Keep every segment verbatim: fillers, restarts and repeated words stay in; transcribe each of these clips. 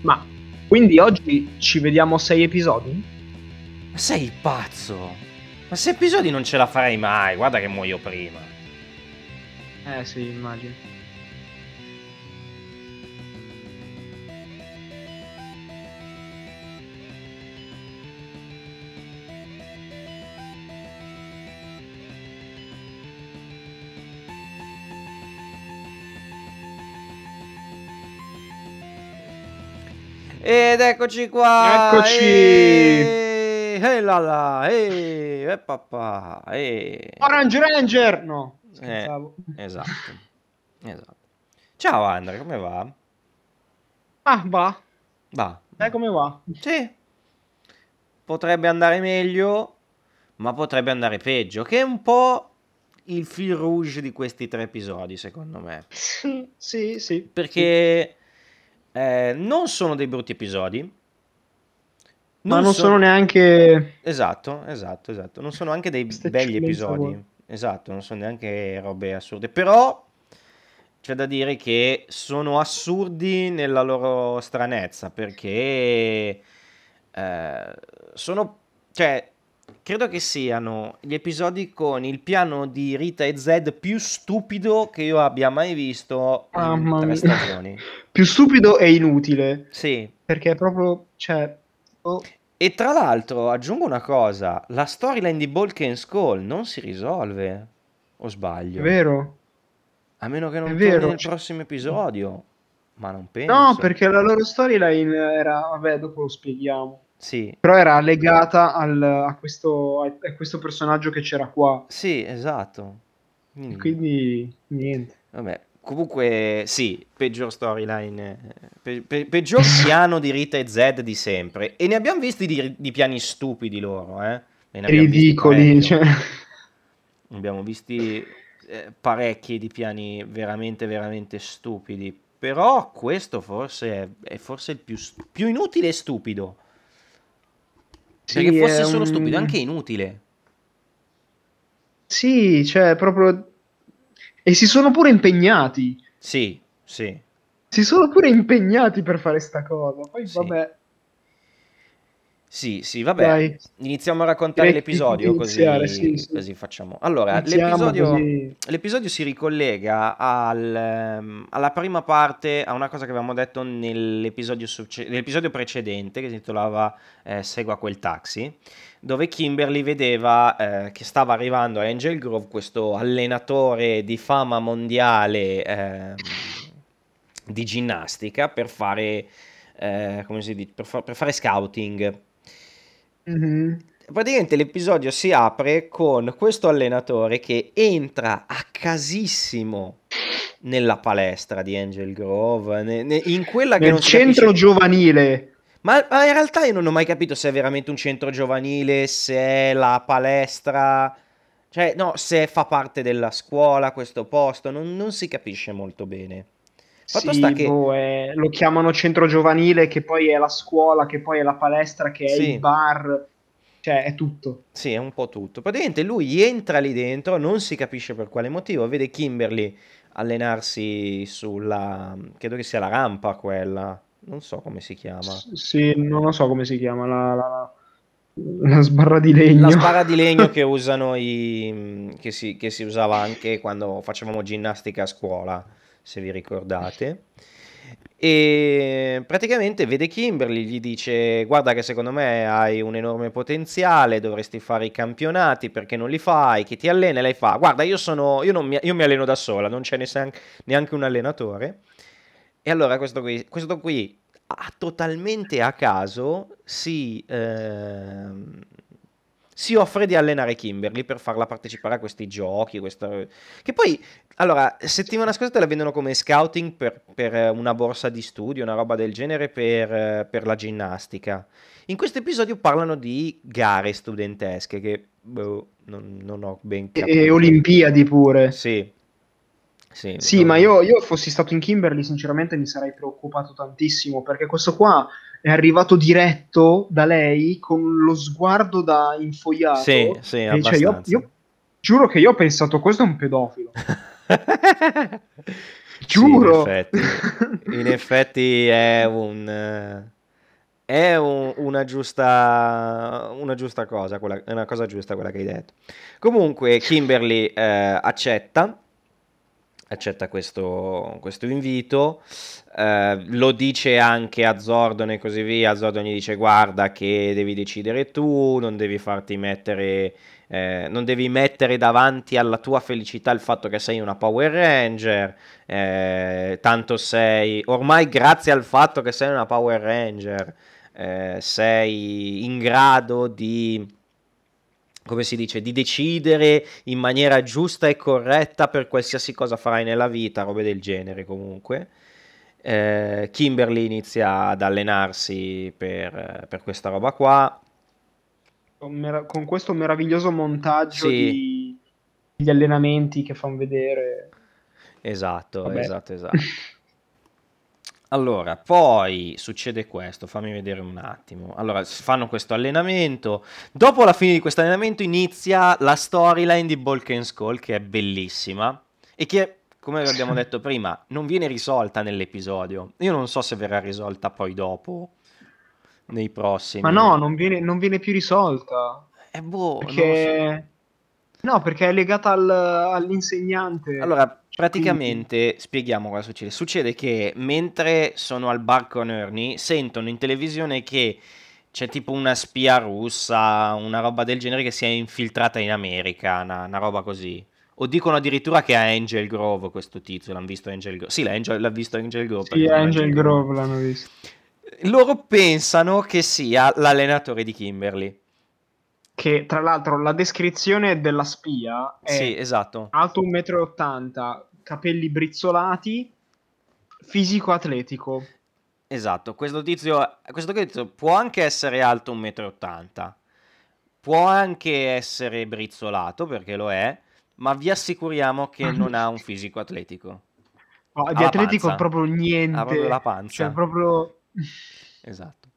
Ma quindi oggi ci vediamo sei episodi? Ma sei pazzo? Ma sei episodi non ce la farei mai, guarda che muoio prima. Eh sì, immagino. Ed eccoci qua. Eccoci! E hey là là, e hey, papà, e Orange Ranger! No, eh, scherzavo. esatto. Esatto. Ciao Andre, come va? Ah, va. Va. Sai come va? Sì. Potrebbe andare meglio, ma potrebbe andare peggio, che è un po' il fil rouge di questi tre episodi, secondo me. Sì, sì, sì. Perché eh, non sono dei brutti episodi. Ma Non non sono sono... neanche Esatto, esatto, esatto. Non sono anche dei questa begli eccellenza qua. episodi. Esatto, non sono neanche robe assurde. Però c'è da dire che sono assurdi nella loro stranezza, perché eh, sono... Cioè, credo che siano gli episodi con il piano di Rita e Zed più stupido che io abbia mai visto in Mamma tre mia. stagioni. Più stupido e inutile. Sì. Perché è proprio, cioè... oh, E tra l'altro aggiungo una cosa, la storyline di Bulk and Skull non si risolve, o è sbaglio? vero, A meno che è non torni vero. nel Cioè, prossimo episodio, ma non no, penso. perché la loro storyline era... Vabbè, dopo lo spieghiamo. Sì, Però era legata al- a questo, a questo personaggio che c'era qua. sì, esatto. E Quindi, quindi niente. vabbè, comunque sì, peggior storyline, eh, pe- pe- peggior piano di Rita e Zed di sempre. E ne abbiamo visti di, di piani stupidi loro, eh? E ne abbiamo visti Ridicoli, parecchio. cioè. Ne abbiamo visti eh, parecchi di piani veramente, veramente stupidi. Però questo forse è, è forse il più, st- più inutile e stupido. Perché Sì, è fosse solo stupido, è anche un... inutile. Sì, cioè, proprio... E si sono pure impegnati. Sì, sì, Si sono pure impegnati per fare sta cosa. Poi, sì. vabbè, Sì, sì, vabbè, dai, iniziamo a raccontare direi di, di l'episodio iniziare, sì, così, sì. così facciamo. Allora, Iniziamo l'episodio, così. l'episodio si ricollega al, ehm, alla prima parte, a una cosa che avevamo detto nell'episodio, succe- nell'episodio precedente, che si intitolava eh, Segua quel taxi, dove Kimberly vedeva eh, che stava arrivando a Angel Grove questo allenatore di fama mondiale ehm, di ginnastica per fare, eh, come si dice, per, fa- per fare scouting. Mhm. Praticamente l'episodio si apre con questo allenatore che entra a casissimo nella palestra di Angel Grove, ne- ne- in quella che Nel non si centro capisce. giovanile. Ma, ma in realtà io non ho mai capito se è veramente un centro giovanile, se è la palestra, cioè no, se fa parte della scuola questo posto, non, non si capisce molto bene. Fatto sta Sì, che, boh, è- lo chiamano centro giovanile, che poi è la scuola, che poi è la palestra, che è il sì, bar, cioè è tutto. sì, è un po' tutto. Praticamente lui entra lì dentro, non si capisce per quale motivo, vede Kimberly allenarsi sulla, credo che sia la rampa quella, non so come si chiama. S- sì, non lo so come si chiama, la, la- la sbarra di La legno. sbarra di legno che usano i, che si, che si usava anche quando facevamo ginnastica a scuola, se vi ricordate. E praticamente vede Kimberly, gli dice: Guarda, che secondo me hai un enorme potenziale, dovresti fare i campionati, perché non li fai? Chi ti allena? E lei fa: Guarda, io sono, io non mi, io mi alleno da sola, non c'è ne- neanche un allenatore. E allora questo qui, questo qui a- totalmente a caso si, ehm, si offre di allenare Kimberly per farla partecipare a questi giochi. Questa... Che poi, allora, settimana scorsa te la vendono come scouting per, per una borsa di studio, una roba del genere per, eh, per la ginnastica. In questo episodio parlano di gare studentesche che boh, non, non ho ben E, e capito. Olimpiadi pure. Sì, sì, Sì, ma non... io, io fossi stato in Kimberly, sinceramente mi sarei preoccupato tantissimo, perché questo qua è arrivato diretto da lei con lo sguardo da Sì, infoiato, sì, e cioè io, abbastanza. io giuro che io ho pensato, questo è un pedofilo. Sì, in Giuro! effetti, in effetti è un, eh, è un- una giusta, una giusta cosa, quella, è una cosa giusta quella che hai detto. Comunque, Kimberly eh, accetta, accetta questo, questo invito, eh, lo dice anche a Zordon e così via. Zordon gli dice: Guarda, che devi decidere tu, non devi farti mettere, eh, non devi mettere davanti alla tua felicità il fatto che sei una Power Ranger. Eh, tanto sei, ormai, grazie al fatto che sei una Power Ranger, eh, sei in grado di, come si dice, di decidere in maniera giusta e corretta per qualsiasi cosa farai nella vita, robe del genere comunque. Eh, Kimberly inizia ad allenarsi per, per questa roba qua. Con, mera- con questo meraviglioso montaggio Sì, di gli allenamenti che fanno vedere. esatto, Vabbè. esatto, esatto. Allora, poi succede questo, fammi vedere un attimo. Allora, s- fanno questo allenamento. Dopo la fine di questo allenamento inizia la storyline di Bulk and Skull, che è bellissima e che, come abbiamo detto prima, non viene risolta nell'episodio. Io non so se verrà risolta poi dopo, nei Ma prossimi. no, non viene, non viene più risolta. E boh, non lo so. Perché... No, perché è legata al- all'insegnante. Allora, Quindi... praticamente spieghiamo cosa succede. Succede che mentre sono al bar con Ernie, sentono in televisione che c'è tipo una spia russa, una roba del genere che si è infiltrata in America, una, una roba così. O dicono addirittura che è a Angel Grove questo tizio, l'hanno visto a Angel Grove. Sì, l'ha, Angel- l'ha visto a Angel Grove Sì, perché vanno a Angel Angel Grove. Grove l'hanno visto. Loro pensano che sia l'allenatore di Kimberly. Che tra l'altro la descrizione della spia Sì, è esatto. alto uno e ottanta m, capelli brizzolati, fisico atletico. Esatto, questo tizio, questo tizio può anche essere alto uno e ottanta m, può anche essere brizzolato perché lo è, ma vi assicuriamo che non ha un fisico atletico. No, Ha di la atletico panza, proprio ha proprio la niente, cioè panza. proprio... Esatto.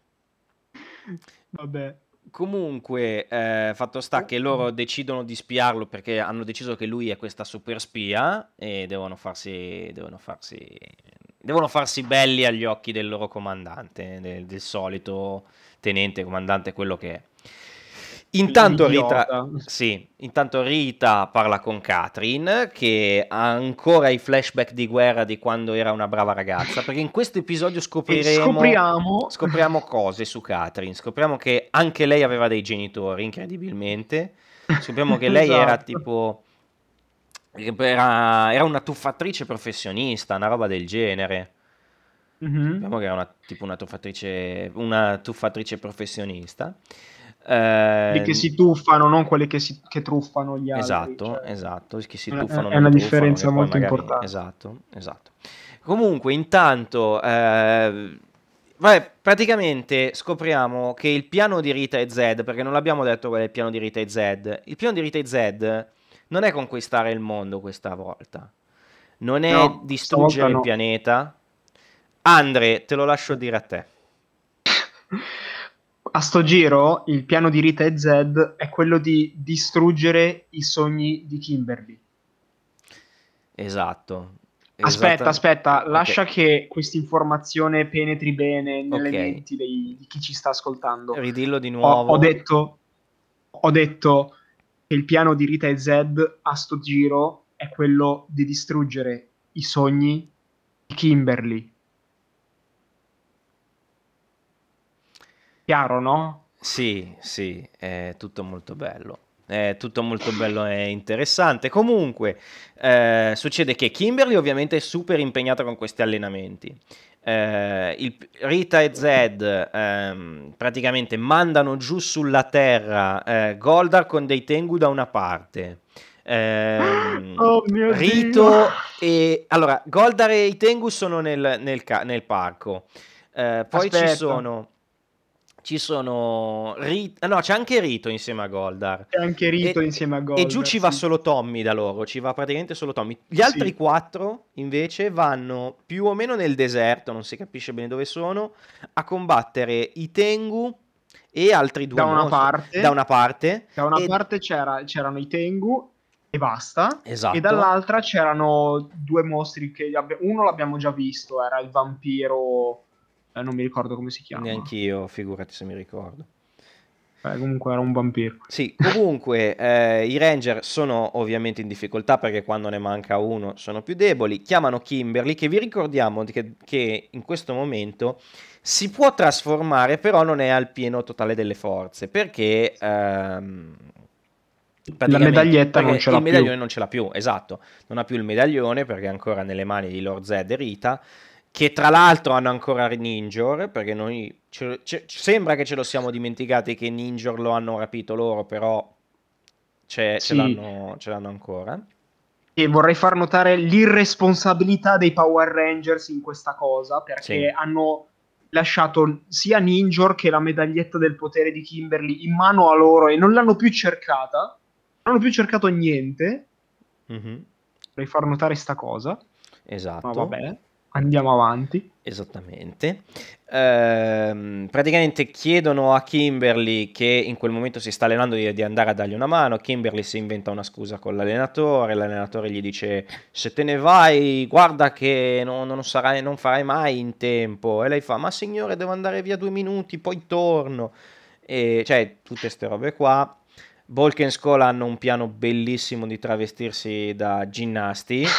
Vabbè. Comunque, eh, fatto sta che loro decidono di spiarlo perché hanno deciso che lui è questa super spia e devono farsi, devono farsi, devono farsi belli agli occhi del loro comandante, del, del solito tenente comandante, quello che è. Intanto Rita, L'idiota. sì, intanto Rita parla con Catherine che ha ancora i flashback di guerra di quando era una brava ragazza, perché in questo episodio E scopriremo, scopriamo... scopriamo cose su Catherine, scopriamo che anche lei aveva dei genitori, incredibilmente, scopriamo che lei era Esatto. tipo, era, era una tuffatrice professionista, una roba del genere. Mhm. Scopriamo che era una, tipo una tuffatrice, una tuffatrice professionista. Quelli che Eh, si tuffano, non quelli che, si, che truffano gli altri. Esatto, Cioè, esatto, che si è, tuffano è non una truffano, che differenza poi molto magari... importante. Esatto, esatto. Comunque, intanto, eh, vabbè, praticamente scopriamo che il piano di Rita e Zed, perché non l'abbiamo detto qual è il piano di Rita e Zed, il piano di Rita e Zed non è conquistare il mondo questa volta, non è No, stavolta distruggere il no. pianeta. Andre, te lo lascio dire a te. A sto giro, il piano di Rita e Zed è quello di distruggere i sogni di Kimberly. Esatto, Aspetta, esatta... aspetta, Ok, lascia che questa informazione penetri bene nelle ok, menti dei- di chi ci sta ascoltando. ridillo di Ho, ho nuovo. detto, ho detto che il piano di Rita e Zed a sto giro è quello di distruggere i sogni di Kimberly. Chiaro, no? Sì, sì, è tutto molto bello. È tutto molto bello e interessante. Comunque, eh, succede che Kimberly ovviamente è super impegnata con questi allenamenti. Eh, il- Rita e Zed ehm, praticamente mandano giù sulla Terra eh, Goldar con dei Tengu da una parte. Ehm, Oh mio Dio! Rito e... Allora, Goldar e i Tengu sono nel, nel ca- nel parco. Eh, poi ci Aspetta, sono, ci sono Ri- ah, no, c'è anche Rito insieme a Goldar. c'è anche Rito E, insieme a e giù Goldar, ci va sì. solo Tommy da loro, ci va praticamente solo Tommy. Gli altri Sì, quattro invece vanno più o meno nel deserto, non si capisce bene dove sono, a combattere i Tengu e altri due da una mostri da una parte, parte da una e parte c'era- c'erano i Tengu e basta. E Esatto. dall'altra c'erano due mostri che abbi- uno l'abbiamo già visto, era il vampiro, eh, non mi ricordo come si chiama. Neanch'io, figurati se mi ricordo. Eh, comunque era un vampiro. Sì, comunque eh, i Ranger sono ovviamente in difficoltà perché quando ne manca uno sono più deboli. Chiamano Kimberly, che vi ricordiamo che, che in questo momento si può trasformare, però non è al pieno totale delle forze perché ehm, La praticamente medaglietta non perché ce il l'ha più. medaglione non ce l'ha più, esatto, non ha più il medaglione perché è ancora nelle mani di Lord Zed e Rita, che tra l'altro hanno ancora Ninjor, perché noi ce- ce- sembra che ce lo siamo dimenticati che Ninjor lo hanno rapito loro, però c'è- ce Sì, l'hanno ce l'hanno ancora. e vorrei far notare l'irresponsabilità dei Power Rangers in questa cosa, Sì. perché hanno lasciato sia Ninjor che la medaglietta del potere di Kimberly in mano a loro e non l'hanno più cercata, non hanno più cercato niente. Mhm. Vorrei far notare sta cosa, ma Esatto. vabbè, andiamo avanti. Esattamente. Ehm, praticamente chiedono a Kimberly, che in quel momento si sta allenando, di, di andare a dargli una mano. Kimberly si inventa una scusa con l'allenatore. L'allenatore gli dice: Se te ne vai, guarda che non, non sarai, non farai mai in tempo. E lei fa: Ma signore, devo andare via due minuti, poi torno. E cioè, tutte queste robe qua. Bulk e Skull hanno un piano bellissimo di travestirsi da ginnasti.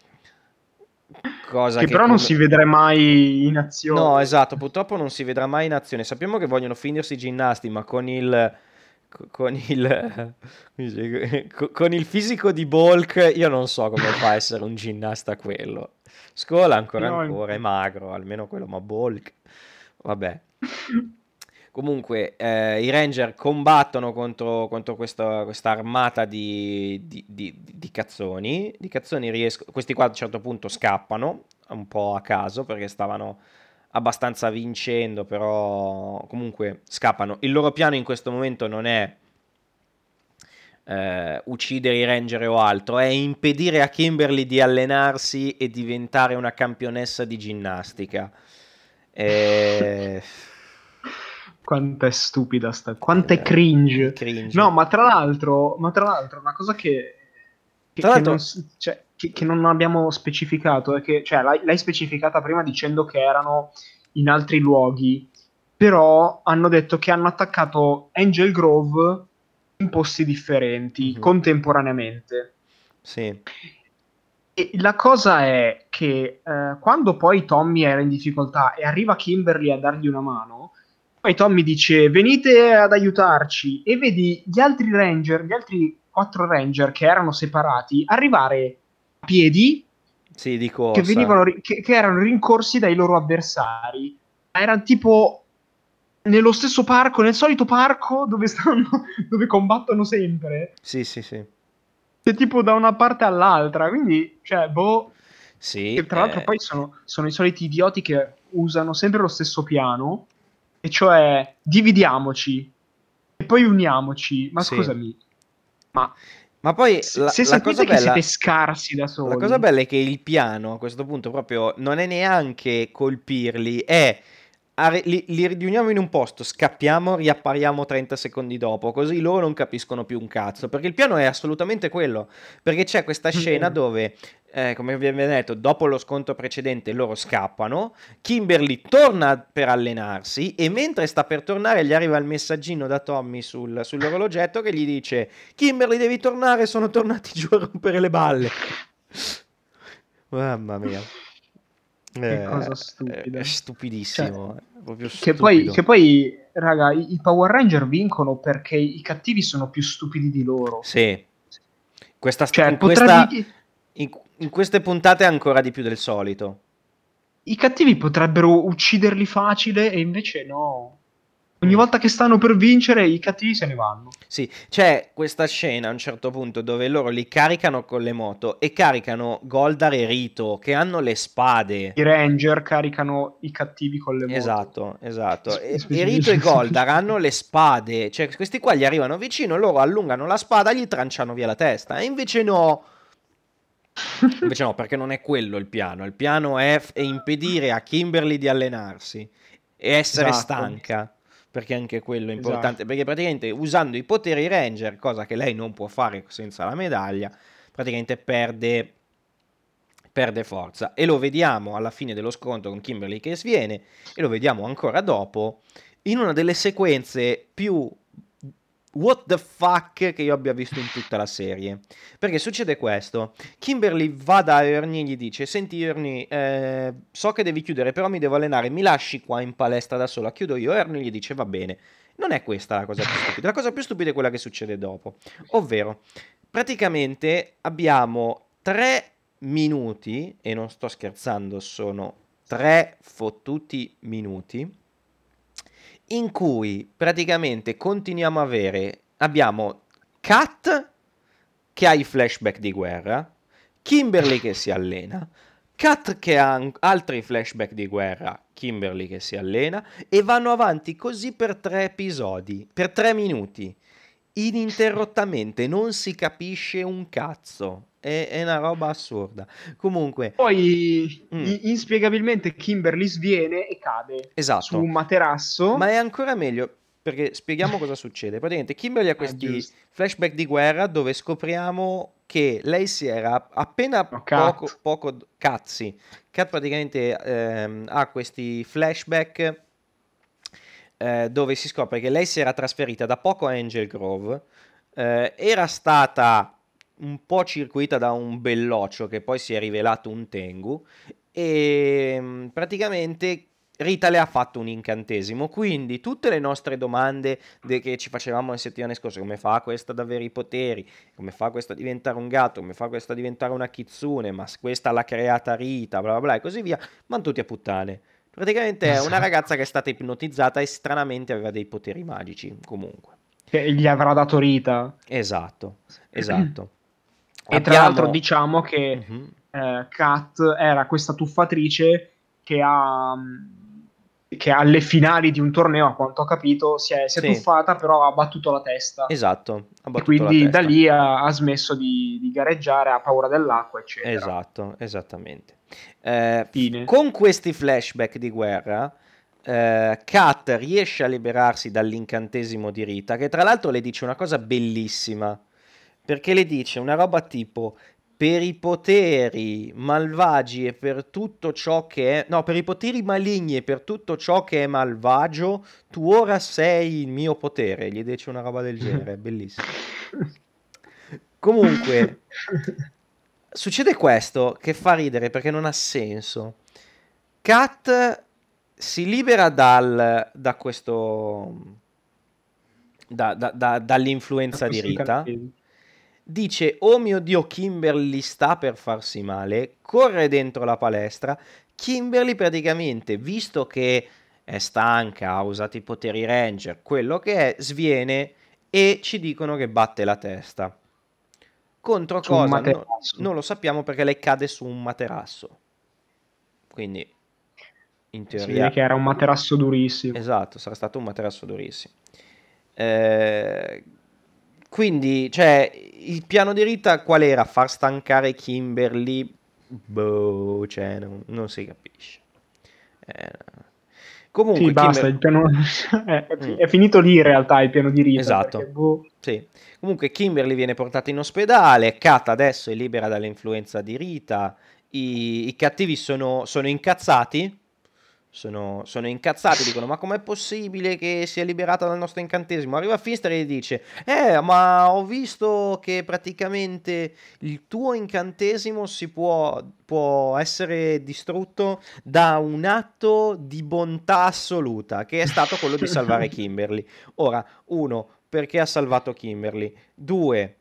Cosa Che che però non come. si vedrà mai in No, azione. esatto, purtroppo non si vedrà mai in azione. Sappiamo che vogliono finirsi i ginnasti, ma con il, co- con il, come si dice, co- con il fisico di Bulk, io non so come fa a essere un ginnasta quello. Scola ancora No, ancora, è infatti. magro, almeno quello, ma Bulk, vabbè. Comunque, eh, i Ranger combattono contro, contro questa, questa armata di, di, di- di cazzoni. Di cazzoni riesco- questi qua a un certo punto scappano, un po' a caso, perché stavano abbastanza vincendo, però comunque scappano. Il loro piano in questo momento non è eh, uccidere i Ranger o altro, è impedire a Kimberly di allenarsi e diventare una campionessa di ginnastica. Eh, Quanto è stupida sta, quanto è eh, è cringe. No, cringe. ma tra l'altro, ma tra l'altro una cosa che, che, Tra che non, l'altro, s- cioè, che, che non abbiamo specificato è che, cioè, l'hai, l'hai specificata prima dicendo che erano in altri luoghi, però hanno detto che hanno attaccato Angel Grove in posti differenti, mhm, contemporaneamente. sì, E la cosa è che eh, quando poi Tommy era in difficoltà e arriva Kimberly a dargli una mano, poi Tommy dice venite ad aiutarci e vedi gli altri Ranger, gli altri quattro Ranger che erano separati, arrivare a piedi sì, di che corsa. venivano ri- che, che erano rincorsi dai loro avversari. Erano tipo nello stesso parco, nel solito parco dove stanno, dove combattono sempre, Sì, sì, sì. che tipo da una parte all'altra. Quindi, cioè, boh. Sì, Che tra l'altro eh, poi sono, sono i soliti idioti che usano sempre lo stesso piano, e cioè dividiamoci e poi uniamoci. Ma sì. scusami, ma Ma poi se, la, se la cosa sapete che siete bella, scarsi da la cosa soli, bella è che il piano a questo punto proprio non è neanche colpirli, è arri- li, li riuniamo in un posto, scappiamo, riappariamo trenta secondi dopo, così loro non capiscono più un cazzo, perché il piano è assolutamente quello, perché c'è questa è scena vero. dove, eh, come vi abbiamo detto, dopo lo scontro precedente loro scappano, Kimberly torna per allenarsi e mentre sta per tornare gli arriva il messaggino da Tommy sul, sull'orologetto che gli dice Kimberly devi tornare, sono tornati giù a rompere le balle. Mamma mia. Che Eh, cosa è stupida. Cioè, stupidissimo, è proprio che poi, che stupido. poi, raga, i, i Power Ranger vincono perché i cattivi sono più stupidi di loro. Sì, questa, sta- Cioè, in, questa, potrebbe, in, in queste puntate ancora di più del solito. i cattivi potrebbero ucciderli facile e invece no. Ogni Mm. volta che stanno per vincere, i cattivi se ne vanno. Sì, c'è questa scena a un certo punto dove loro li caricano con le moto e caricano Goldar e Rito che hanno le spade. I Ranger caricano i cattivi con le moto. Esatto, esatto. Spe- E, e Rito specifici- e Goldar hanno specifici. le spade, cioè questi qua gli arrivano vicino, loro allungano la spada e gli tranciano via la testa. E invece no, invece no, perché non è quello il piano. Il piano è, f- è impedire a Kimberly di allenarsi e essere Esatto. stanca. perché anche quello è importante, Esatto. perché praticamente usando i poteri Ranger, cosa che lei non può fare senza la medaglia, praticamente perde, perde forza. E lo vediamo alla fine dello scontro con Kimberly che sviene, e lo vediamo ancora dopo, in una delle sequenze più what the fuck che io abbia visto in tutta la serie. Perché succede questo: Kimberly va da Ernie e gli dice: senti Ernie, eh, so che devi chiudere, però mi devo allenare, mi lasci qua in palestra da sola, chiudo io. Ernie gli dice: va bene. Non è questa la cosa più stupida, la cosa più stupida è quella che succede dopo, ovvero praticamente abbiamo tre minuti, e non sto scherzando, sono tre fottuti minuti, in cui praticamente continuiamo a avere, abbiamo Kat che ha i flashback di guerra, Kimberly che si allena, Kat che ha an- altri flashback di guerra, Kimberly che si allena, e vanno avanti così per tre episodi, per tre minuti, ininterrottamente, non si capisce un cazzo, è, è una roba assurda. Comunque, Poi mm, i- inspiegabilmente Kimberly sviene e cade su esatto, un ma è materasso. ancora meglio perché spieghiamo cosa succede. Praticamente Kimberly ha Eh, questi giusto. flashback di guerra dove scopriamo che lei si era appena No, poco, cat. poco cazzi. Kat praticamente ehm, ha questi flashback eh, dove si scopre che lei si era trasferita da poco a Angel Grove, eh, era stata un po' circuita da un belloccio che poi si è rivelato un Tengu, e mm, praticamente Rita le ha fatto un incantesimo, quindi tutte le nostre domande de- che ci facevamo le settimane scorse: come fa questa ad avere i poteri, come fa questa a diventare un gatto, come fa questa a diventare una kitsune, ma questa l'ha creata Rita, bla bla bla e così via, ma tutti a puttane. Praticamente è una Esatto. ragazza che è stata ipnotizzata e stranamente aveva dei poteri magici, comunque. Che gli avrà dato Rita. Esatto, esatto. E tra l'altro Abbiamo... diciamo che Mhm. eh, Kat era questa tuffatrice che ha, che alle finali di un torneo, a quanto ho capito, si è, si è Sì, tuffata, però ha battuto la testa. esatto, ha E battuto la quindi da testa. lì ha, ha smesso di, di gareggiare, ha paura dell'acqua, eccetera. Esatto, esattamente. Eh, f- Fine. con questi flashback di guerra, eh, Kat riesce a liberarsi dall'incantesimo di Rita, che tra l'altro le dice una cosa bellissima, perché le dice una roba tipo: per i poteri malvagi e per tutto ciò che è... No, per i poteri maligni e per tutto ciò che è malvagio, tu ora sei il mio potere. Gli dice una roba del genere, è bellissimo. Comunque, succede questo che fa ridere perché non ha senso. Kat si libera dal, da questo, da- da- da- dall'influenza di Questo Rita. incantesimo. Dice: oh mio Dio, Kimberly sta per farsi male. Corre dentro la palestra. Kimberly praticamente, visto che è stanca, ha usato i poteri Ranger, quello che è, sviene e ci dicono che batte la testa. Contro Su un cosa? No- materasso. non lo sappiamo perché lei cade su un materasso. Quindi, in Si vede teoria, che era un materasso durissimo. esatto, sarà stato un materasso durissimo. Eh, quindi, cioè, il piano di Rita qual era? Far stancare Kimberly? Boh, cioè, non, non si capisce. Eh, Sì, comunque, basta, Kimberly... il piano è, è fi- Mm. è finito lì in realtà il piano di Rita, perché Esatto, boh. sì. Comunque Kimberly viene portata in ospedale, Kat adesso è libera dall'influenza di Rita, i, i cattivi sono, sono incazzati, sono, sono incazzati, dicono: ma com'è possibile che sia liberata dal nostro incantesimo? Arriva Finster e gli dice: eh, ma ho visto che praticamente il tuo incantesimo si può, può essere distrutto da un atto di bontà assoluta, che è stato quello di salvare Kimberly. Ora, uno, perché ha salvato Kimberly? Due,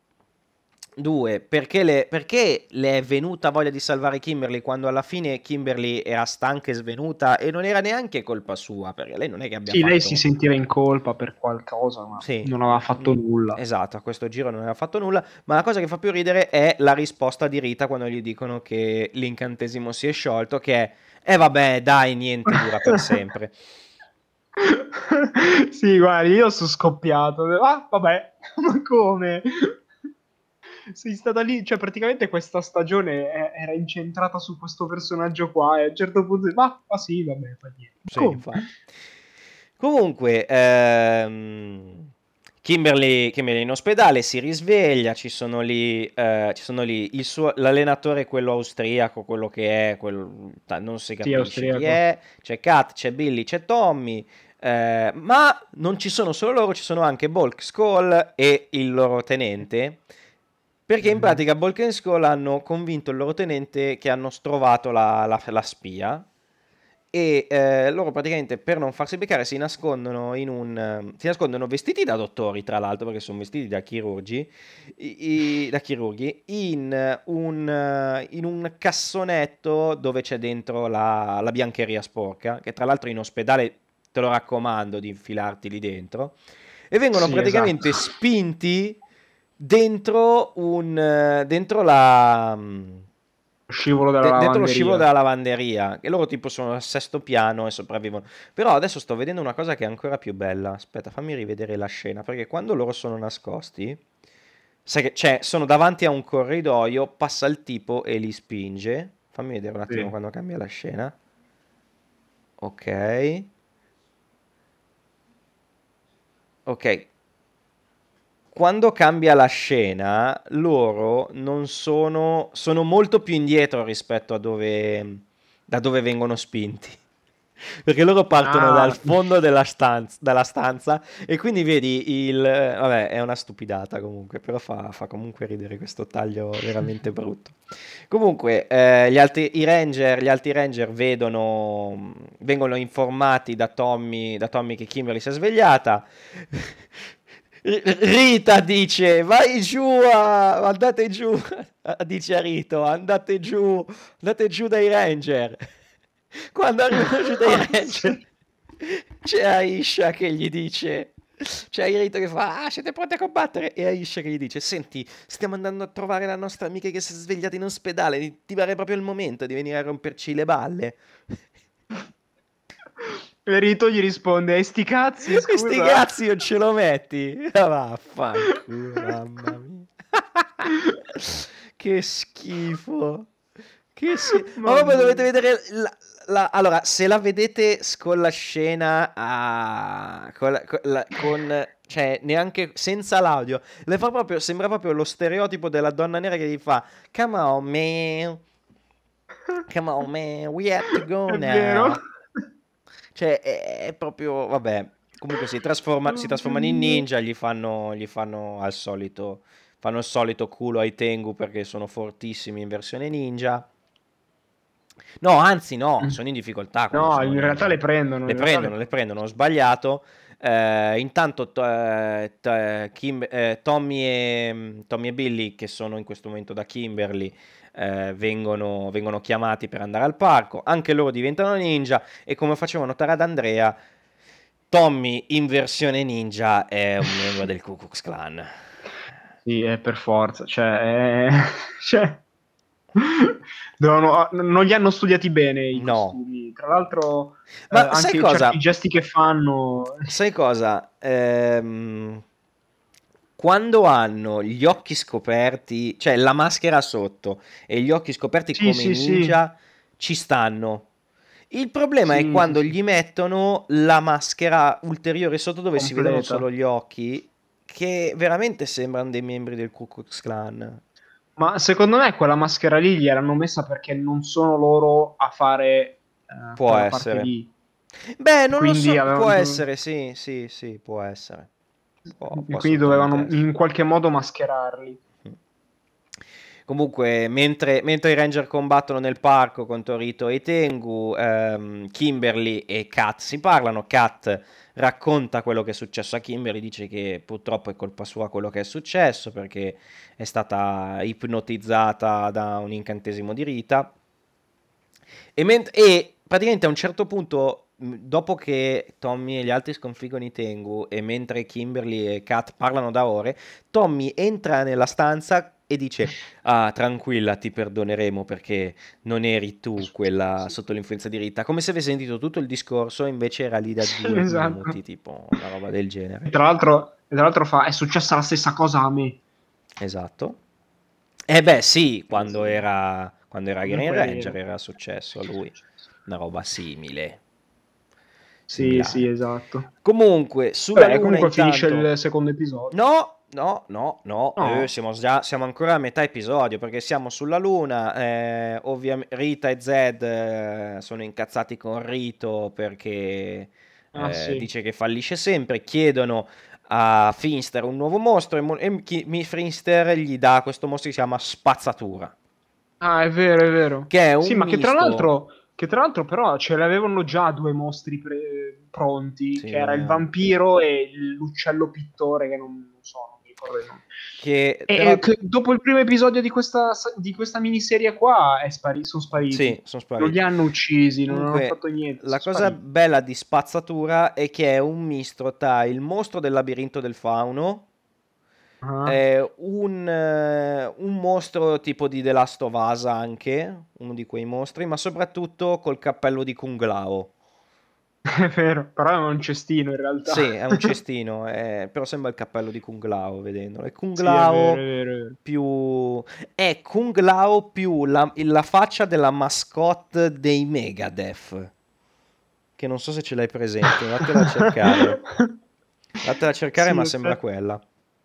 due, perché le, perché le è venuta voglia di salvare Kimberly quando alla fine Kimberly era stanca e svenuta e non era neanche colpa sua, perché lei non è che abbia Sì, lei si fatto... sentiva in colpa per qualcosa, ma Sì, non aveva mm, fatto nulla. esatto, a questo giro non aveva fatto nulla, ma la cosa che fa più ridere è la risposta di Rita quando gli dicono che l'incantesimo si è sciolto, che è: eh vabbè, dai, niente dura per sempre. Sì, guarda, io sono scoppiato. Ah, vabbè, ma come? Sei stata lì, cioè praticamente questa stagione è- era incentrata su questo personaggio qua e a un certo punto, ma, ma sì, vabbè, fa niente. Ma Sì, come? infatti. Comunque, ehm, Kimberly, Kimberly in ospedale si risveglia, ci sono lì, eh, ci sono lì il suo, l'allenatore, quello austriaco, quello che è, quello- ta- non si Sì, capisce chi austriaco. è, c'è Kat, c'è Billy, c'è Tommy, eh, ma non ci sono solo loro, ci sono anche Bulk, Skull e il loro tenente, perché in Mhm. pratica Bulk e Skull hanno convinto il loro tenente che hanno trovato la, la- la spia e eh, loro praticamente per non farsi beccare si nascondono in un eh, si nascondono vestiti da dottori, tra l'altro, perché sono vestiti da chirurgi i- i- da chirurghi in eh, un, eh, in un cassonetto dove c'è dentro la, la biancheria sporca, che tra l'altro in ospedale te lo raccomando di infilarti lì dentro, e vengono Sì, esatto. praticamente spinti dentro un eh, dentro la mm, Scivolo della de- dentro lo scivolo lavanderia. della lavanderia, che loro tipo sono al sesto piano e sopravvivono. Però adesso sto vedendo una cosa che è ancora più bella. Aspetta, fammi rivedere la scena, perché quando loro sono nascosti, sai che cioè, sono davanti a un corridoio, passa il tipo e li spinge. Fammi vedere un attimo Sì. quando cambia la scena. Ok. Ok, quando cambia la scena, loro non sono, sono molto più indietro rispetto a dove, da dove vengono spinti. Perché loro partono dal Ah, fondo della stanza, dalla stanza e quindi vedi il... Vabbè, è una stupidata comunque, però fa, fa comunque ridere questo taglio veramente brutto. Comunque, eh, gli altri, i ranger, gli altri ranger vedono, vengono informati da Tommy, da Tommy che Kimberly si è svegliata. Rita dice: Vai giù, a- andate giù. Dice a Rito: Andate giù, andate giù dai Ranger. Quando arrivano giù dai Ranger, sì. c'è Aisha che gli dice: C'è Rito che fa: Ah, siete pronti a combattere? E Aisha che gli dice: Senti, stiamo andando a trovare la nostra amica che si è svegliata in ospedale. Ti pare proprio il momento di venire a romperci le balle. Rito gli risponde, "E sti cazzi, E sti scusa." cazzi non ce lo metti? Ah, vaffanculo, mamma mia. Che schifo. Che sì. Ma proprio Mamma dovete mia. vedere la, la- allora, se la vedete con la scena a- con, la- con la- con- cioè neanche senza l'audio, le fa proprio sembra proprio lo stereotipo della donna nera che gli fa "Come on, man. Come on, man. We have to go È vero. now." Cioè, è, è proprio, vabbè, comunque si trasforma, si Oh, trasformano in Dio. ninja, gli fanno, gli fanno al solito, fanno il solito culo ai Tengu perché sono fortissimi in versione ninja. No, anzi no, sono in difficoltà quando No, sono in realtà le ninja. prendono, Le in realtà le prendono, le prendono, ho sbagliato. Eh, intanto to- eh, to- eh, Kim- eh, Tommy, e, Tommy e Billy, che sono in questo momento da Kimberly, eh, vengono, vengono chiamati per andare al parco. Anche loro diventano ninja e come facevo notare ad Andrea, Tommy in versione ninja è un membro del Ku Klux Klan. Sì, è per forza, cioè, è- cioè, devono- non li hanno studiati bene i No. costumi. Tra l'altro, eh, Ma sai anche certi cosa? gesti che fanno. Sai cosa? Ehm, quando hanno gli occhi scoperti, cioè la maschera sotto e gli occhi scoperti Sì, come i sì, sì, ninja, ci stanno. Il problema è sì, sì, quando sì, gli mettono la maschera ulteriore sotto dove si vedono solo completa. gli occhi, che veramente sembrano dei membri del Ku Klux Klan. Ma secondo me quella maschera lì gli erano messa perché non sono loro a fare eh, Può quella parte essere. lì. Beh, E non lo quindi so, può avevano, essere, sì, sì, sì, può essere. Può, e può quindi assolutamente dovevano essere. in qualche modo mascherarli. Comunque, mentre, mentre i Ranger combattono nel parco contro Rito e i Tengu, ehm, Kimberly e Kat si parlano. Kat racconta quello che è successo a Kimberly, dice che purtroppo è colpa sua quello che è successo perché è stata ipnotizzata da un incantesimo di Rita. E, ment- e praticamente a un certo punto, mh, dopo che Tommy e gli altri sconfiggono i Tengu e mentre Kimberly e Kat parlano da ore, Tommy entra nella stanza e dice: Ah, tranquilla, ti perdoneremo perché non eri tu quella sotto l'influenza di Rita. Come se avesse sentito tutto il discorso, invece era lì da Sì, due minuti, esatto. tipo una roba del E genere. tra l'altro, e tra l'altro fa, è successa la stessa cosa a me. Esatto. Eh beh, sì, Eh, quando sì. era, quando era Green Comunque è Ranger vero. era successo a lui una roba simile. Sì, similare. sì, esatto. Comunque, sulla Beh, Luna comunque intanto... finisce il secondo episodio. No, no, no, no, eh, No. siamo già, siamo ancora a metà episodio perché siamo sulla Luna, eh, ovviamente Rita e Zed eh, sono incazzati con Rito perché Ah, eh, sì. dice che fallisce sempre, chiedono a Finster un nuovo mostro e, mo- e chi- mi- Finster gli dà questo mostro che si chiama Spazzatura, Ah, è vero, è vero. che è Sì, un ma che tra misto... l'altro, che tra l'altro però ce l'avevano già due mostri pre- pronti, Sì, che era il eh, vampiro e l'uccello pittore, che non, non so, non mi ricordo il nome. che E, però... e che dopo il primo episodio di questa, di questa miniserie qua è spari- sono Sì, spariti. sono Non li spariti. hanno uccisi, non hanno Comunque, fatto niente, la sono cosa spariti. bella di Spazzatura è che è un mistro tra il mostro del labirinto del fauno, Ah, è un, eh, un mostro tipo di The Last of Us anche, uno di quei mostri, ma soprattutto col cappello di Kung Lao. è vero, però è un cestino in Sì, realtà. è un cestino, eh, però sembra il cappello di Kung Lao vedendolo. È Kung Sì, è vero, è Lao vero, è vero. più... È Kung Lao più la, la faccia della mascotte dei Megadeth, che non so se ce l'hai presente, vattela a cercare. Vattela a cercare, Sì, ma sembra aspetta. quella.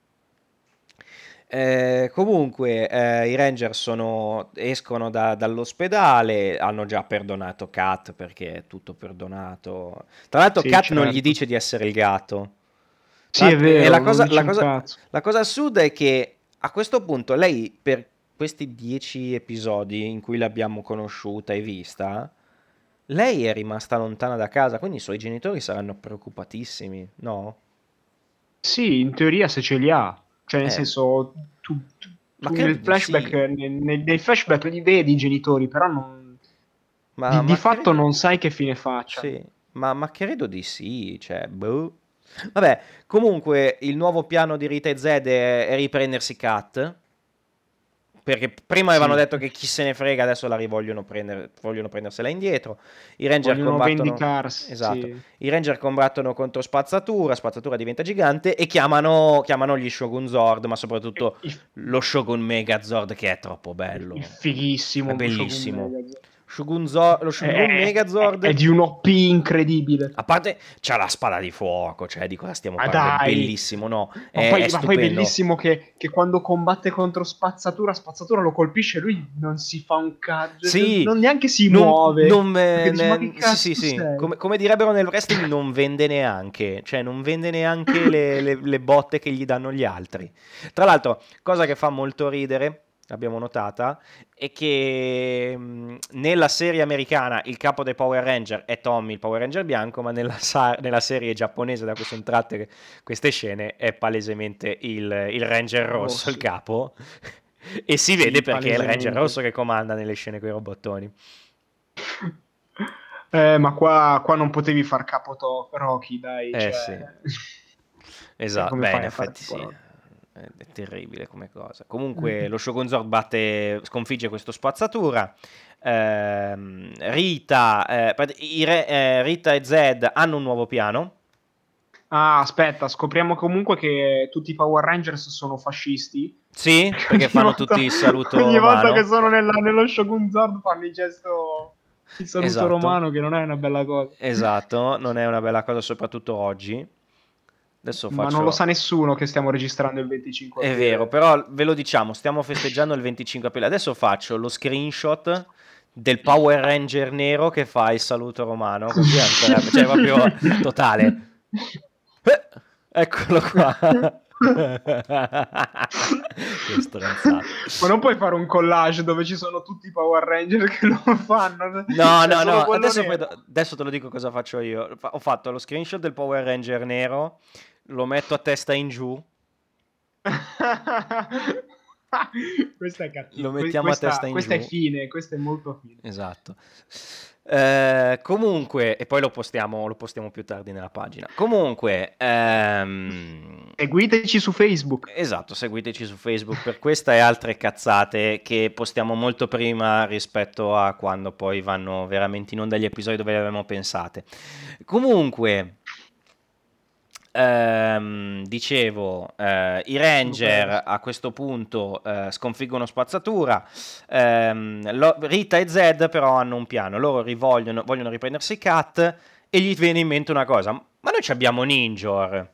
Eh, comunque, eh, i Ranger sono- escono da- dall'ospedale, hanno già perdonato Kat perché è tutto perdonato. Tra l'altro, Sì, Kat non gli certo. dice di essere il gatto. Tra Sì, è l'altro- e la vero, non cosa, dice la un cosa- cazzo. la cosa assurda è che a questo punto lei, per questi dieci episodi in cui l'abbiamo conosciuta e vista, lei è rimasta lontana da casa, quindi i suoi genitori saranno preoccupatissimi, no? Sì, in teoria se ce li ha. Cioè, nel Eh, senso, tu, tu- ma tu credo nel di flashback, sì. nei, nei- nei flashback li vedi i genitori, però non, Ma, di, di ma fatto credo... non sai che fine facciano. Sì, ma, ma credo di sì, cioè, boh. Vabbè, comunque il nuovo piano di Rita e Zed è, è riprendersi Kat, perché prima avevano Sì, detto che chi se ne frega, adesso la rivogliono prendere, vogliono prendersela indietro. I Ranger vogliono combattono, vendicarsi. esatto, Sì. i Ranger combattono contro Spazzatura, Spazzatura diventa gigante e chiamano, chiamano gli Shogun Zord, ma E- soprattutto Il, lo Shogun Megazord che è troppo il bello, è fighissimo Shogun bellissimo. Megazord. Shogun Zord, lo È, Shogun è- è- è Megazord... di un O P incredibile. A parte c'ha la spada di fuoco, cioè di cosa stiamo Ma parlando? È dai! bellissimo, no? Ma È, è poi, ma poi è stupendo. bellissimo che, che quando combatte contro Spazzatura, Spazzatura lo colpisce e lui non si fa un cazzo, non, Sì, non neanche si non, muove. non, Perché eh, dici, ma che ne- sì, sì, cazzo sì. sei? Come, come direbbero nel wrestling, non vende neanche, cioè non vende neanche le, le- le botte che gli danno gli altri. Tra l'altro, cosa che fa molto ridere, l'abbiamo notata, è che mh, nella serie americana il capo dei Power Ranger è Tommy, il Power Ranger bianco, ma nella, sa- nella serie giapponese da cui sono tratte queste scene è palesemente il, il Ranger rosso, il Rosso. capo. E si vede Sì, perché è il Ranger palesemente. rosso che comanda nelle scene con i robottoni. Eh, ma qua, qua non potevi far capo to- Rocky, dai, Eh cioè... sì, Cioè, esatto. come Beh, in fai a fare effetti tipo sì. Rocky? È è terribile come cosa. Comunque lo Shogun Zord batte, sconfigge questo spazzatura. Ehm, Rita, eh, prat- i re- eh, Rita e Zed hanno un nuovo piano. Ah, aspetta, scopriamo comunque che tutti i Power Rangers sono fascisti. Sì, Perché perché ogni fanno tutti volta, il saluto ogni volta che romano. sono nella- nello Shogun Zord fanno il gesto, il saluto Esatto. romano, che non è una bella cosa. Esatto, non è una bella cosa, soprattutto oggi. Adesso Ma non lo sa faccio. nessuno che stiamo registrando il venticinque È vero, aprile. però ve lo diciamo, stiamo festeggiando il venticinque aprile. Adesso faccio lo screenshot del Power Ranger nero che fa il saluto romano, così è ancora, cioè proprio totale. Eh, Eccolo qua. Che stronzata. Ma non puoi fare un collage dove ci sono tutti i Power Ranger che lo fanno, No, cioè no, solo no, quello adesso, poi nero. do- adesso te lo dico cosa faccio io. Fa- Ho fatto lo screenshot del Power Ranger nero, lo metto a testa in giù. Questa è Lo cattiva, mettiamo a testa questa, in questa è giù. fine, questa è molto fine. Esatto. Eh, comunque, e poi lo postiamo, lo postiamo più tardi nella pagina. Comunque, ehm, Seguiteci su Facebook. esatto, seguiteci su Facebook per questa e altre cazzate che postiamo molto prima rispetto a quando poi vanno veramente in onda gli episodi dove le avevamo pensate. Comunque, Ehm, dicevo, eh, i Sono perso. Ranger a questo punto eh, sconfiggono Spazzatura. Ehm, lo- Rita e Zed però hanno un piano, loro rivogliono, vogliono riprendersi Kat e gli viene in mente una cosa, ma noi ci abbiamo Ninjor.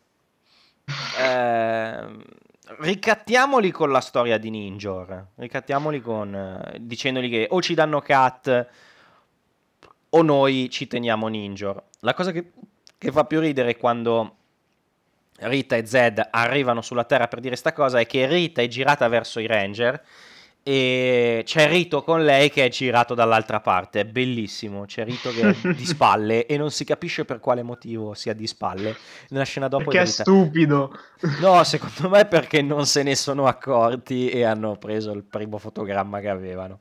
Eh, ricattiamoli con la storia di Ninjor, ricattiamoli con, eh, dicendogli che o ci danno Cat o noi ci teniamo Ninjor. La cosa che, che fa più ridere è quando Rita e Zed arrivano sulla Terra per dire sta cosa è che Rita è girata verso i Ranger e c'è Rito con lei che è girato dall'altra parte, è bellissimo, c'è Rito che è di spalle e non si capisce per quale motivo sia di spalle. Nella scena dopo Perché è è Rita... stupido. No, secondo me è perché non se ne sono accorti e hanno preso il primo fotogramma che avevano.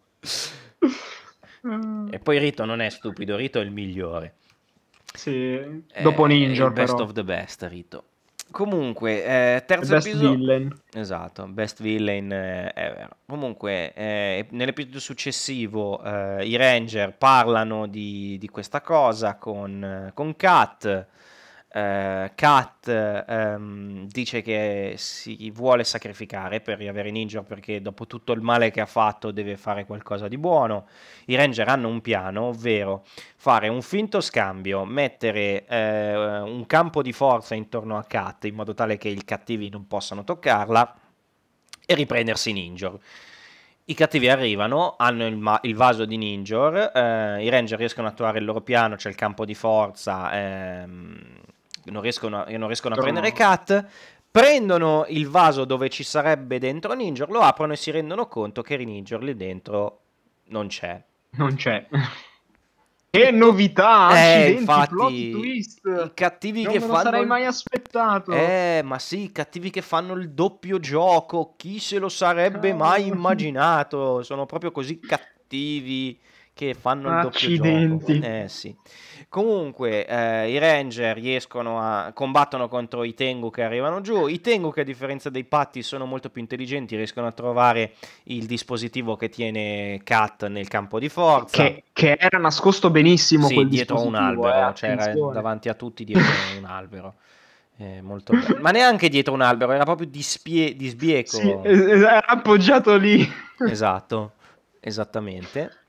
E poi Rito non è stupido, Rito è il migliore. Sì, dopo È il Ninja best però. of the best, Rito. Comunque, eh, The terzo best episodio... villain. Esatto, best villain eh, ever. Comunque, eh, nell'episodio successivo eh, i Ranger parlano di, di questa cosa con, eh, con Kat. Eh, Kat ehm, dice che si vuole sacrificare per riavere Ninja perché dopo tutto il male che ha fatto deve fare qualcosa di buono. I Ranger hanno un piano, ovvero fare un finto scambio, mettere eh, un campo di forza intorno a Kat in modo tale che i cattivi non possano toccarla e riprendersi Ninjor. I cattivi arrivano, hanno il, ma- il vaso di Ninjor, eh, i Ranger riescono a trovare il loro piano, c'è il campo di forza, ehm, non, riescono, a- non riescono a prendere Torno... Kat, prendono il vaso dove ci sarebbe dentro Ninjor, lo aprono e si rendono conto che Ninjor lì dentro non c'è. Non c'è. Che Tutto... novità, Eh, accidenti, plot infatti, twist. i cattivi Non che me lo fanno sarei il... mai aspettato. Eh, ma sì, i cattivi che fanno il doppio gioco, chi se lo sarebbe mai Cavolo. immaginato? Sono proprio così cattivi che fanno il doppio gioco. Accidenti. Eh sì. Comunque, eh, i Ranger riescono a combattono contro i Tengu che arrivano giù. I Tengu, che a differenza dei Patti sono molto più intelligenti, riescono a trovare il dispositivo che tiene Kat nel campo di forza. Che, che era nascosto benissimo Sì, quel dietro un dispositivo, eh, albero, cioè era attenzione. davanti a tutti dietro un albero. Eh, molto bello. Ma neanche dietro un albero, era proprio di, spie- di Sì, sbieco. es- es- era appoggiato lì. Esatto, esattamente.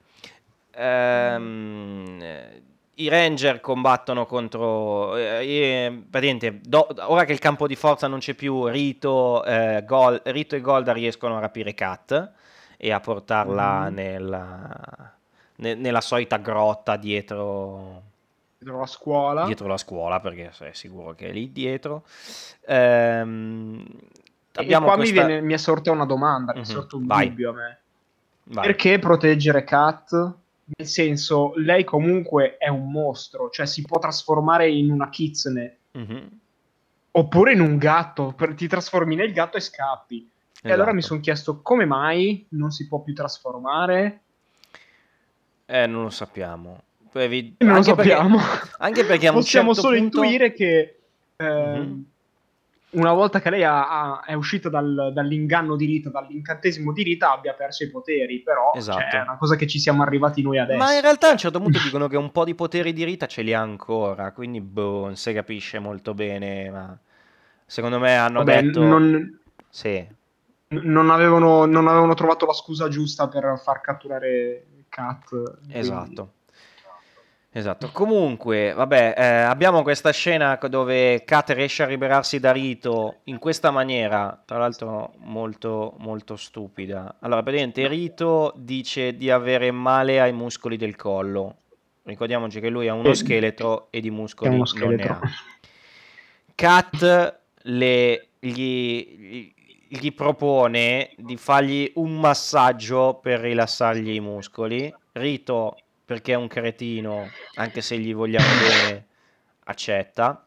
Ehm, eh, I Ranger combattono contro... eh, eh, praticamente, do- ora che il campo di forza non c'è più, Rito, eh, Gol- Rito e Golda riescono a rapire Kat e a portarla Mhm. nella, ne- nella solita grotta dietro, Dietro la scuola. dietro la scuola, perché sei sicuro che è lì dietro. Ehm, E, e abbiamo qua mi questa... viene, mi è sorta una domanda, mi è Mhm, sorto un vai, dubbio a me. vai. Perché proteggere Kat? Nel senso, lei comunque è un mostro, cioè si può trasformare in una kitsune Mhm, oppure in un gatto, per- ti trasformi nel gatto e scappi. E allora mi esatto. sono chiesto come mai non si può più trasformare? Eh, non lo sappiamo. Poi evi- E non lo Anche perché, sappiamo. anche perché a un Possiamo certo solo punto... intuire che Mhm, ehm, una volta che lei ha- ha- è uscita dal- dall'inganno di Rita, dall'incantesimo di Rita, abbia perso i poteri, però cioè, è esatto. una cosa che ci siamo arrivati noi Ma in adesso. realtà a un Cioè. certo punto dicono che un po' di poteri di Rita ce li ha ancora, quindi boh, non si capisce molto bene, ma secondo me hanno Vabbè, detto non, sì, non avevano, non avevano trovato la scusa giusta per far catturare Kat, quindi... esatto. Esatto. Comunque, vabbè, eh, abbiamo questa scena co- dove Kat riesce a liberarsi da Rito in questa maniera, tra l'altro molto, molto stupida. Allora, praticamente Rito dice di avere male ai muscoli del collo. Ricordiamoci che lui ha uno Che, scheletro e di che è uno muscoli non ne scheletro. ha. Kat le- gli, gli propone di fargli un massaggio per rilassargli i muscoli. Rito, perché è un cretino, anche se gli vogliamo bene, accetta.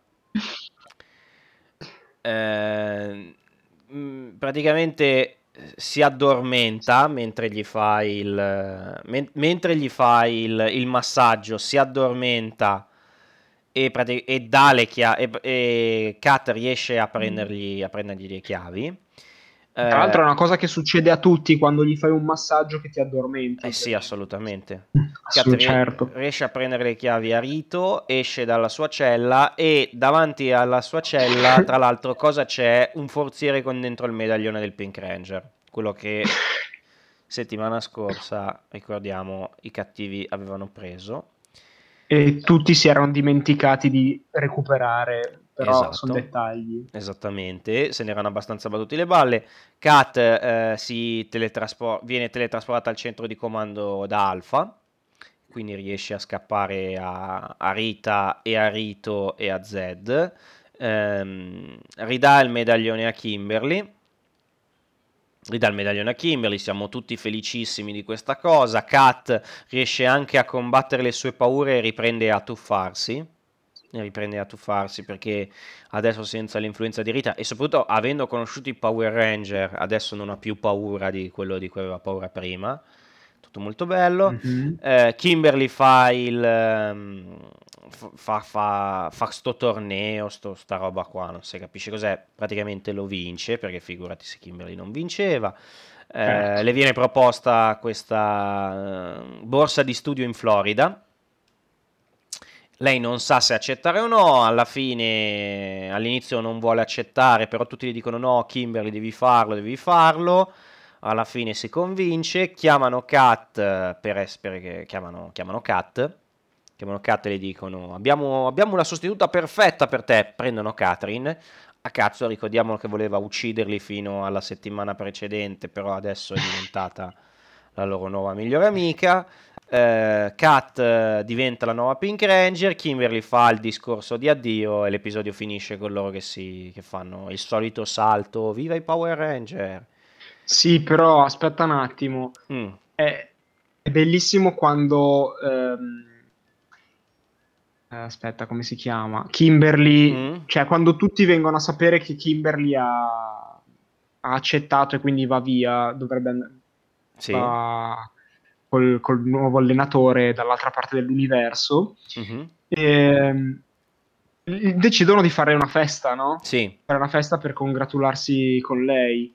Eh, mh, praticamente eh, si addormenta mentre gli fa il, men- mentre gli fa il, il massaggio, si addormenta e, prati- e dà le chiavi, e, e Kat riesce a prendergli, a prendergli le chiavi. Tra l'altro Eh, è una cosa che succede a tutti quando gli fai un massaggio che ti eh addormenti. sì, Per- assolutamente. Kat Assolut- rie- certo. riesce a prendere le chiavi a Rito, esce dalla sua cella e davanti alla sua cella, tra l'altro, cosa c'è? Un forziere con dentro il medaglione del Pink Ranger. Quello che settimana scorsa, ricordiamo, i cattivi avevano preso. e tutti si erano dimenticati di recuperare, però sono Esatto, dettagli. esattamente, se ne erano abbastanza battuti le balle. Kat eh, si teletraspor- viene teletrasportata al centro di comando da Alpha, quindi riesce a scappare a, a Rita e a Rito e a Zed. Ehm, ridà il medaglione a Kimberly. Ridà il medaglione a Kimberly, siamo tutti felicissimi di questa cosa. Kat riesce anche a combattere le sue paure e riprende a tuffarsi. E riprende a tuffarsi perché adesso senza l'influenza di Rita e soprattutto avendo conosciuto i Power Ranger, adesso non ha più paura di quello di cui aveva paura prima. Tutto molto bello. Mhm. Eh, Kimberly fa il ehm, fa, fa, fa sto torneo, sto, sta roba qua, non si capisce cos'è, praticamente lo vince, perché figurati se Kimberly non vinceva. Eh, Certo. le viene proposta questa eh, borsa di studio in Florida. Lei non sa se accettare o no, alla fine all'inizio non vuole accettare, però tutti gli dicono no, Kimberly devi farlo, devi farlo. Alla fine si convince, chiamano Kat eh, per es- perché chiamano, chiamano Kat, chiamano Kat e le dicono abbiamo, abbiamo una sostituta perfetta per te, prendono Catherine. A cazzo, ricordiamo che voleva ucciderli fino alla settimana precedente, però adesso è diventata la loro nuova migliore amica. Eh, Kat eh, diventa la nuova Pink Ranger, Kimberly fa il discorso di addio e l'episodio finisce con loro che, si, che fanno il solito salto, viva i Power Ranger. Sì, però aspetta un attimo. Mm, È, è bellissimo quando... ehm, eh, aspetta, come si chiama? Kimberly, mm, cioè quando tutti vengono a sapere che Kimberly ha, ha accettato e quindi va via, dovrebbe and- sì, va col, col nuovo allenatore dall'altra parte dell'universo. mhm, Ehm, decidono di fare una festa, no? sì, Fare una festa per congratularsi con lei.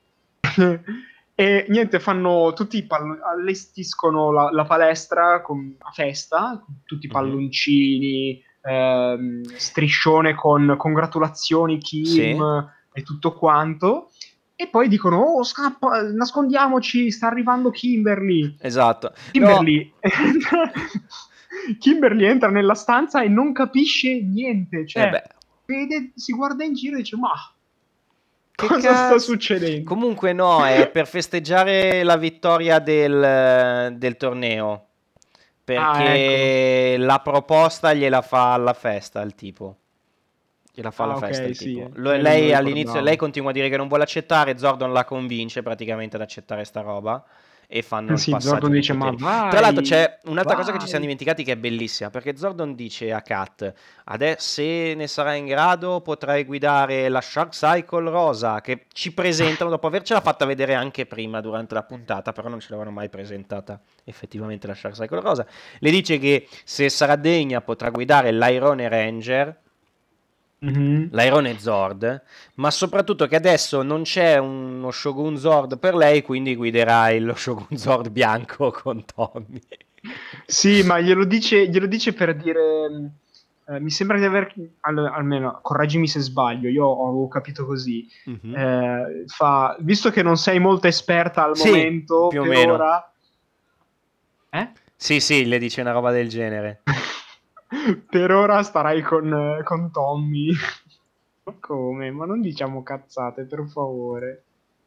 E niente, fanno tutti i pallo- allestiscono la, la palestra con, a festa, con tutti i mhm, palloncini, ehm, striscione con congratulazioni Kim sì, e tutto quanto. E poi dicono: Oh, scappa, nascondiamoci, sta arrivando Kimberly. esatto. No, Kimberly, Kimberly entra nella stanza e non capisce niente, eh cioè beh, vede, si guarda in giro e dice: Ma che cosa sta cazzo? succedendo? Comunque no, è per festeggiare la vittoria del, del torneo. Ah, ecco. Perché la proposta gliela fa alla festa il tipo. Gliela fa alla Ah, festa ok, il sì, tipo. eh. Lo- Io non me lo lei all'inizio, lei ricordavo. continua a dire che non vuole accettare, Zordon la convince praticamente ad accettare sta roba e fanno il Sì, passaggio Zordon dei dice: Ma poteri. Tra l'altro vai, c'è un'altra cosa che ci siamo vai. dimenticati che è bellissima, perché Zordon dice a Kat, "Ade- se ne sarà in grado potrai guidare la Shark Cycle rosa, che ci presentano dopo avercela fatta vedere anche prima durante la puntata, però non ce l'avevano mai presentata effettivamente la Shark Cycle rosa. Le dice che se sarà degna potrà guidare l'Airone Ranger, Mhm. l'Airone Zord, ma soprattutto che adesso non c'è uno Shogun Zord per lei, quindi guiderai lo Shogun Zord bianco con Tommy. Sì, ma glielo dice, glielo dice per dire. mh, eh, mi sembra di aver. al- almeno, correggimi se sbaglio, io ho capito così. Mhm. Eh, fa, visto che non sei molto esperta al Sì, momento, più o per meno. ora. Eh? Sì, sì, le dice una roba del genere. Per ora starai con, con Tommy. Ma come? Ma non diciamo cazzate, per favore.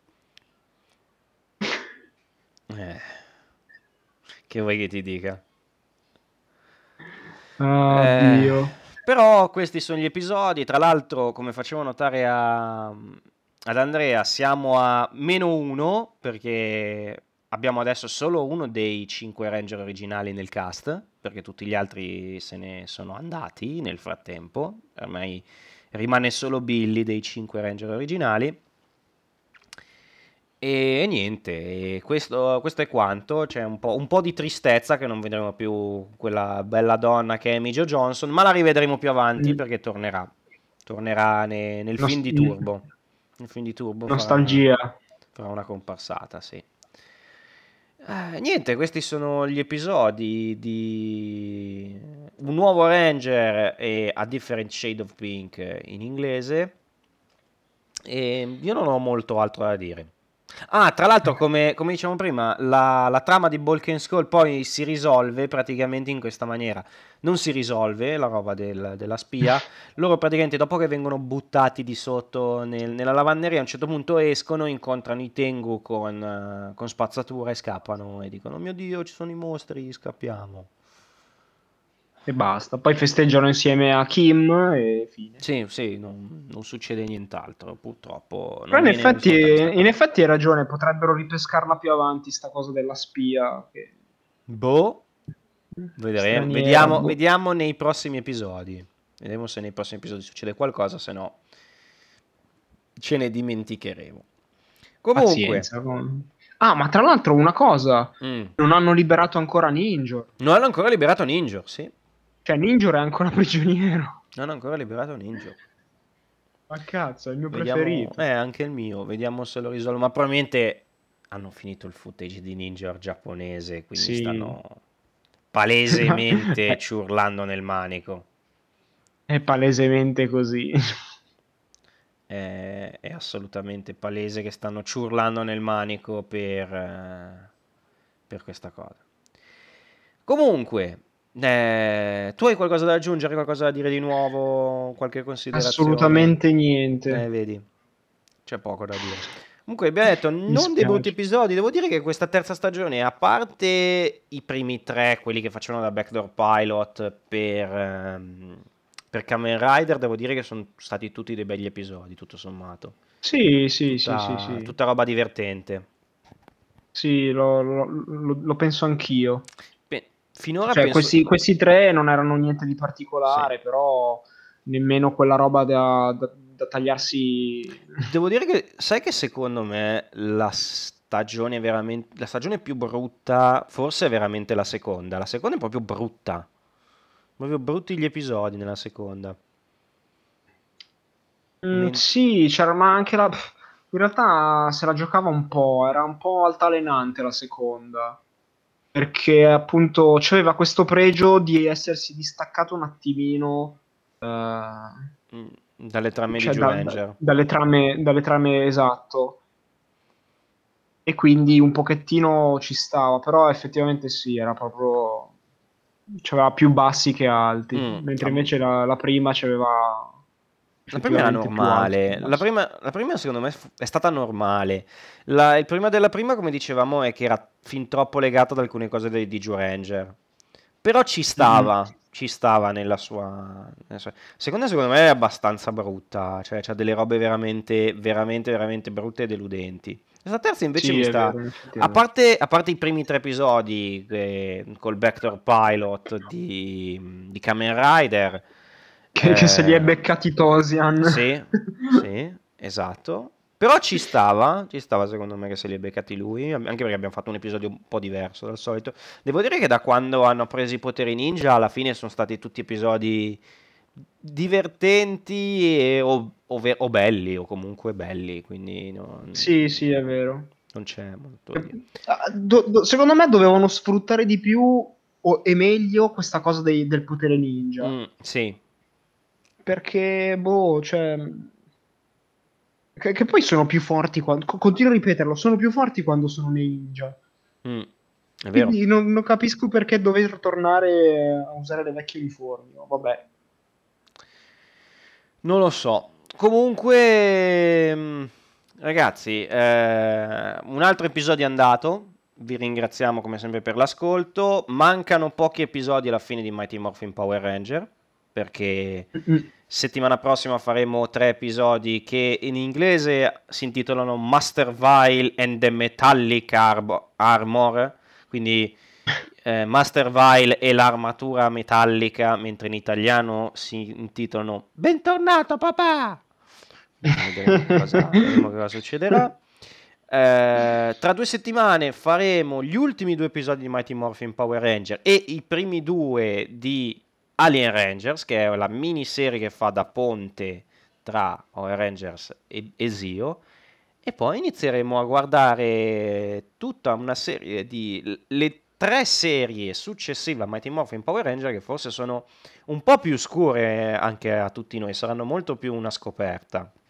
Eh, che vuoi che ti dica? Ah, Eh, Dio. però questi sono gli episodi. Tra l'altro, come facevo notare a- ad Andrea, siamo a meno uno perché abbiamo adesso solo uno dei cinque Ranger originali nel cast, perché tutti gli altri se ne sono andati nel frattempo. Ormai rimane solo Billy dei cinque Ranger originali. E niente, e questo, questo è quanto. C'è un po', un po' di tristezza che non vedremo più quella bella donna che è Amy Jo Johnson, ma la rivedremo più avanti Mm. perché tornerà. Tornerà ne- nel film Nos- di mm. Turbo. Nel film di Turbo farà, Nostalgia. farà una comparsata, sì. Eh, niente, questi sono gli episodi di Un nuovo Ranger e A Different Shade of Pink in inglese. E io non ho molto altro da dire. Ah, tra l'altro, come, come dicevamo prima, la, la trama di Bulk and Skull poi si risolve praticamente in questa maniera. Non si risolve la roba del- della spia. Loro praticamente dopo che vengono buttati di sotto nel- nella lavanderia, a un certo punto escono, incontrano i Tengu con, eh, con spazzatura e scappano e dicono: "Oh mio Dio, ci sono i mostri, scappiamo." E basta. Poi festeggiano insieme a Kim e fine. Sì, sì, non, non succede nient'altro, purtroppo Però non in viene effetti, risolta questa in cosa. effetti hai ragione, potrebbero ripescarla più avanti, sta cosa della spia, che... Boh, vedremo. straniera, Vediamo, boh. vediamo nei prossimi episodi. Vediamo se nei prossimi episodi succede qualcosa, se no ce ne dimenticheremo. Comunque, Pazienza. con- Ah, ma tra l'altro una cosa, mm, non hanno liberato ancora Ninjor. non hanno ancora liberato Ninja, sì. Cioè, Ninjor è ancora prigioniero. Non hanno ancora liberato Ninja. Ma cazzo, è il mio Vediamo, preferito. eh, anche il mio, vediamo se lo risolvo. Ma probabilmente hanno finito il footage di Ninja giapponese, quindi Sì. stanno Ma palesemente è, ciurlando nel manico. è palesemente così. È, è assolutamente palese che stanno ciurlando nel manico per, eh, per questa cosa. Comunque, eh, tu hai qualcosa da aggiungere, qualcosa da dire di nuovo, qualche considerazione? Assolutamente niente. Eh, vedi, c'è poco da dire. Comunque, abbiamo detto Mi non dei brutti spiace. episodi. Devo dire che questa terza stagione, a parte i primi tre, quelli che facevano da backdoor pilot per, ehm, per Kamen Rider, devo dire che sono stati tutti dei begli episodi, tutto sommato. Sì, sì, sì, sì, Tutta, sì. tutta roba divertente. Sì, lo, lo- lo- lo penso anch'io. Beh, finora Cioè, penso. questi, questi tre non erano niente di Sì. particolare, però nemmeno quella roba da, da- da tagliarsi. Devo dire che, sai che secondo me la stagione veramente, la stagione più brutta, forse è veramente la seconda. La seconda è proprio brutta. Proprio brutti gli episodi nella seconda. Mm, Men- sì, c'era ma anche la... In realtà se la giocava un po', era un po' altalenante la seconda, perché appunto c'aveva questo pregio di essersi distaccato un attimino, eh, mm, Dalle trame di cioè Joe da- da- Ranger. dalle trame, dalle trame esatto, e quindi un pochettino ci stava, però effettivamente sì, era proprio... c'aveva più bassi che alti, Mm, mentre ah, invece la, la prima c'aveva La prima era effettivamente più alti che normale, la bassi. prima, la prima secondo me fu- è stata normale. La- il problema della prima, come dicevamo, è che era fin troppo legata ad alcune cose di, di Joe Ranger. Però ci Mm-mm. stava, ci stava nella sua, nella sua- Seconda, secondo me, è abbastanza brutta, cioè c'ha delle robe veramente, veramente, veramente brutte e deludenti. Questa terza invece Sì, mi è sta, vero, a effettivamente. parte, a parte i primi tre episodi eh, col Backdoor Pilot di, di Kamen Rider, Che, che se li è eh, beccati Tosian. sì, sì, esatto. Però ci stava, ci stava secondo me che se li è beccati lui, anche perché abbiamo fatto un episodio un po' diverso dal solito. Devo dire che da quando hanno preso i poteri ninja, alla fine sono stati tutti episodi divertenti e- o, o ve- o belli, o comunque belli, quindi non, Sì, sì, è vero. non c'è molto da dire. Ah, do- do- secondo me dovevano sfruttare di più o- e meglio questa cosa dei- del potere ninja. Mm, sì, Perché, boh, cioè... Che, che poi sono più forti quando... co- Continuo a ripeterlo, sono più forti quando sono nei ninja. mm, è vero. Quindi non, non capisco perché dover tornare a usare le vecchie uniformi. Oh, vabbè. Non lo so. Comunque, mh, ragazzi, eh, un altro episodio è andato. Vi ringraziamo come sempre per l'ascolto. Mancano pochi episodi alla fine di Mighty Morphin Power Ranger, perché Mm-mm. settimana prossima faremo tre episodi che in inglese si intitolano Master Vile and the Metallic Arbo- Armor, quindi eh, Master Vile e l'armatura metallica, mentre in italiano si intitolano Bentornato papà! Vedremo che cosa, vedremo che cosa succederà. Eh, tra due settimane faremo gli ultimi due episodi di Mighty Morphin Power Ranger e i primi due di Alien Rangers, che è la miniserie che fa da ponte tra Power Rangers e, e Zio. E poi inizieremo a guardare tutta una serie di le tre serie successive a Mighty Morphin Power Ranger che forse sono un po' più scure anche a tutti noi, saranno molto più una scoperta.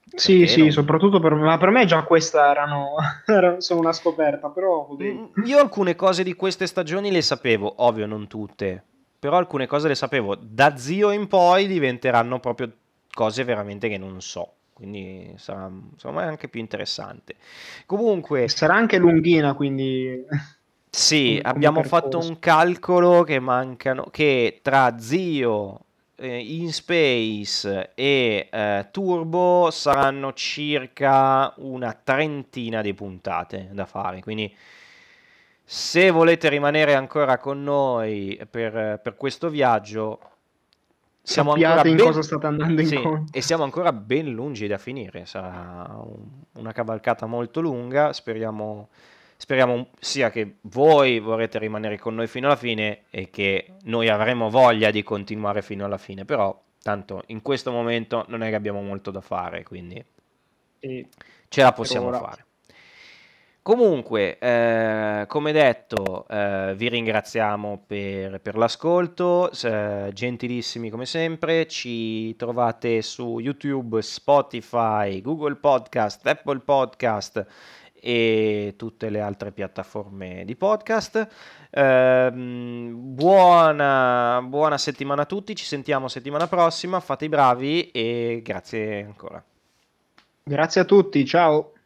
Sì, perché sì, non... soprattutto per me, ma per me già questa erano, erano- sono una scoperta, però Mm, così. Io alcune cose di queste stagioni le sapevo, ovvio non tutte, però alcune cose le sapevo. Da zio in poi diventeranno proprio cose veramente che non so, quindi sarà secondo me anche più interessante. E Comunque, sarà anche lunghina, quindi sì, come, come abbiamo fatto percorso. un calcolo che mancano, che tra Zio, eh, In Space e eh, Turbo saranno circa una trentina di puntate da fare. Quindi, se volete rimanere ancora con noi per, per questo viaggio, siamo ancora Sappiate in cosa ben, state andando sì, incontro. e siamo ancora ben lungi da finire. Sarà un- una cavalcata molto lunga. Speriamo, speriamo un- sia che voi vorrete rimanere con noi fino alla fine e che noi avremo voglia di continuare fino alla fine. Però, tanto in questo momento non è che abbiamo molto da fare, quindi Sì, ce la per possiamo ora. fare. Comunque, eh, come detto, eh, vi ringraziamo per, per l'ascolto, s- gentilissimi come sempre, ci trovate su YouTube, Spotify, Google Podcast, Apple Podcast e tutte le altre piattaforme di podcast. Ehm, buona, buona settimana a tutti, ci sentiamo settimana prossima, fate i bravi e grazie ancora. Grazie a tutti, ciao.